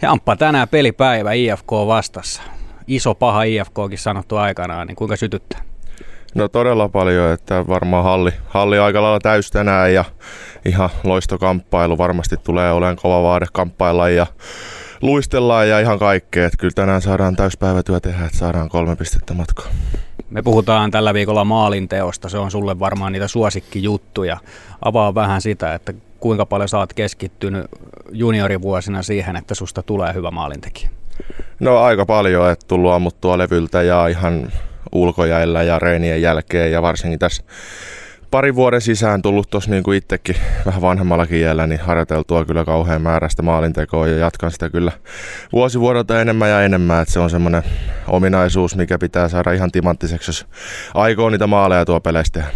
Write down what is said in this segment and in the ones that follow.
Jamppa, tänään pelipäivä IFK vastassa. Iso paha IFKkin sanottu aikanaan, niin kuinka sytyttää? No todella paljon, että varmaan halli aika lailla täys tänään ja ihan loistokamppailu. Varmasti tulee olemaan kova vaade kamppailla ja luistellaan ja ihan kaikkea. Että kyllä tänään saadaan täyspäivätyö tehdä, että saadaan 3 pistettä matkaa. Me puhutaan tällä viikolla maalinteosta, se on sulle varmaan niitä suosikkijuttuja. Avaa vähän sitä, että kuinka paljon sä oot keskittynyt juniorivuosina siihen, että susta tulee hyvä maalintekijä? No aika paljon, että tullut ammuttua levyltä ja ihan ulkojäillä ja reenien jälkeen ja varsinkin tässä parin vuoden sisään tullut tuossa niin kuin itsekin vähän vanhemmallakin iällä, niin harjoiteltua kyllä kauhean määrästä maalintekoa ja jatkan sitä kyllä vuosi vuodelta enemmän ja enemmän, että se on semmoinen ominaisuus, mikä pitää saada ihan timanttiseksi, jos aikoo niitä maaleja tuo peleissä tehdä.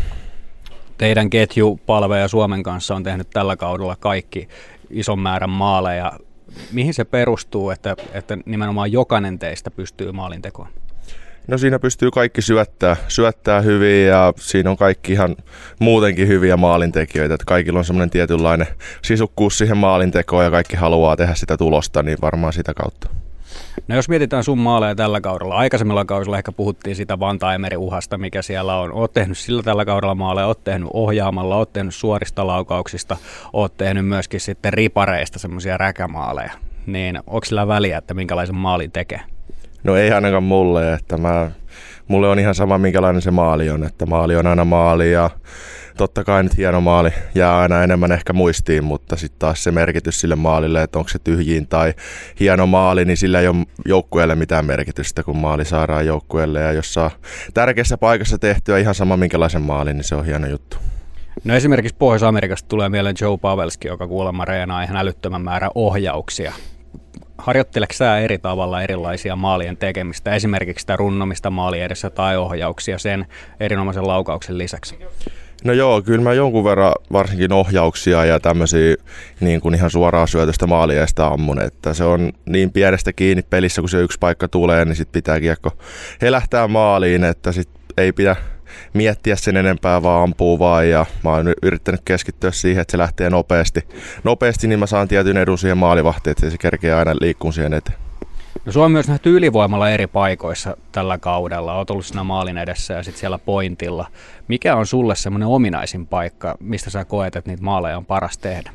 Teidän ketju Palve ja Suomen kanssa on tehnyt tällä kaudella kaikki ison määrän maaleja. Mihin se perustuu, että nimenomaan jokainen teistä pystyy maalintekoon? No siinä pystyy kaikki syöttää hyvin ja siinä on kaikki ihan muutenkin hyviä maalintekijöitä. Että kaikilla on semmoinen tietynlainen sisukkuus siihen maalintekoon ja kaikki haluaa tehdä sitä tulosta, niin varmaan sitä kautta. No jos mietitään sun maaleja tällä kaudella, aikaisemmilla kaudella ehkä puhuttiin sitä Van-Taimeri-uhasta, mikä siellä on. Oot tehnyt sillä tällä kaudella maaleja, oot tehnyt ohjaamalla, oot tehnyt suorista laukauksista, oot tehnyt myöskin sitten ripareista semmoisia räkämaaleja. Niin onko sillä väliä, että minkälaisen maalin tekee? No ei ainakaan mulle, että mulle on ihan sama minkälainen se maali on, että maali on aina maali ja totta kai nyt hieno maali jää aina enemmän ehkä muistiin, mutta sitten taas se merkitys sille maalille, että onko se tyhjiin tai hieno maali, niin sillä ei ole joukkueelle mitään merkitystä, kun maali saadaan joukkueelle ja jos saa tärkeässä paikassa tehtyä ihan sama minkälaisen maalin, niin se on hieno juttu. No esimerkiksi Pohjois-Amerikasta tulee mieleen Joe Pavelski, joka kuulemma reenaa ihan älyttömän määrä ohjauksia. Harjoitteleeko sä eri tavalla erilaisia maalien tekemistä, esimerkiksi sitä runnomista maali edessä tai ohjauksia sen erinomaisen laukauksen lisäksi? No joo, kyllä mä jonkun verran varsinkin ohjauksia ja tämmöisiä niin kuin ihan suoraan syötöstä maaliestä ammun, että se on niin pienestä kiinni pelissä, kun se yksi paikka tulee, niin sit pitää kiekko helähtää maaliin, että sit ei pidä miettiä sen enempää, vaan ampuu vaan ja mä oon yrittänyt keskittyä siihen, että se lähtee nopeasti, niin mä saan tietyn edun siihen maalivahtiin, että se kerkeää aina liikkuun siihen eteen. No sua on myös nähty ylivoimalla eri paikoissa tällä kaudella. Oot ollut siinä maalin edessä ja sitten siellä pointilla. Mikä on sulle semmoinen ominaisin paikka, mistä sä koet, että niitä maaleja on paras tehdä?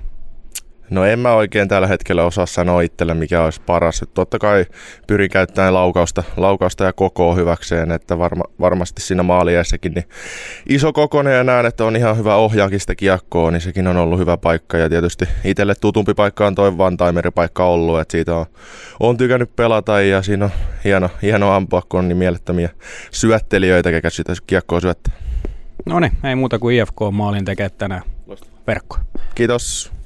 No en mä oikein tällä hetkellä osaa sanoa itselle, mikä olisi paras. Totta kai pyrin käyttämään laukausta ja kokoa hyväkseen, että varmasti siinä maaliässäkin niin iso kokoinen ja näen, että on ihan hyvä ohjaakin sitä kiekkoa, niin sekin on ollut hyvä paikka. Ja tietysti itselle tutumpi paikka on toi Van-Taimeri-paikka ollut, että siitä on tykännyt pelata ja siinä on hieno ampua, kun on niin mielettömiä syöttelijöitä, kekä sitä kiekkoa syöttää. No niin, ei muuta kuin IFK maalin tekee tänään verkkoa. Kiitos.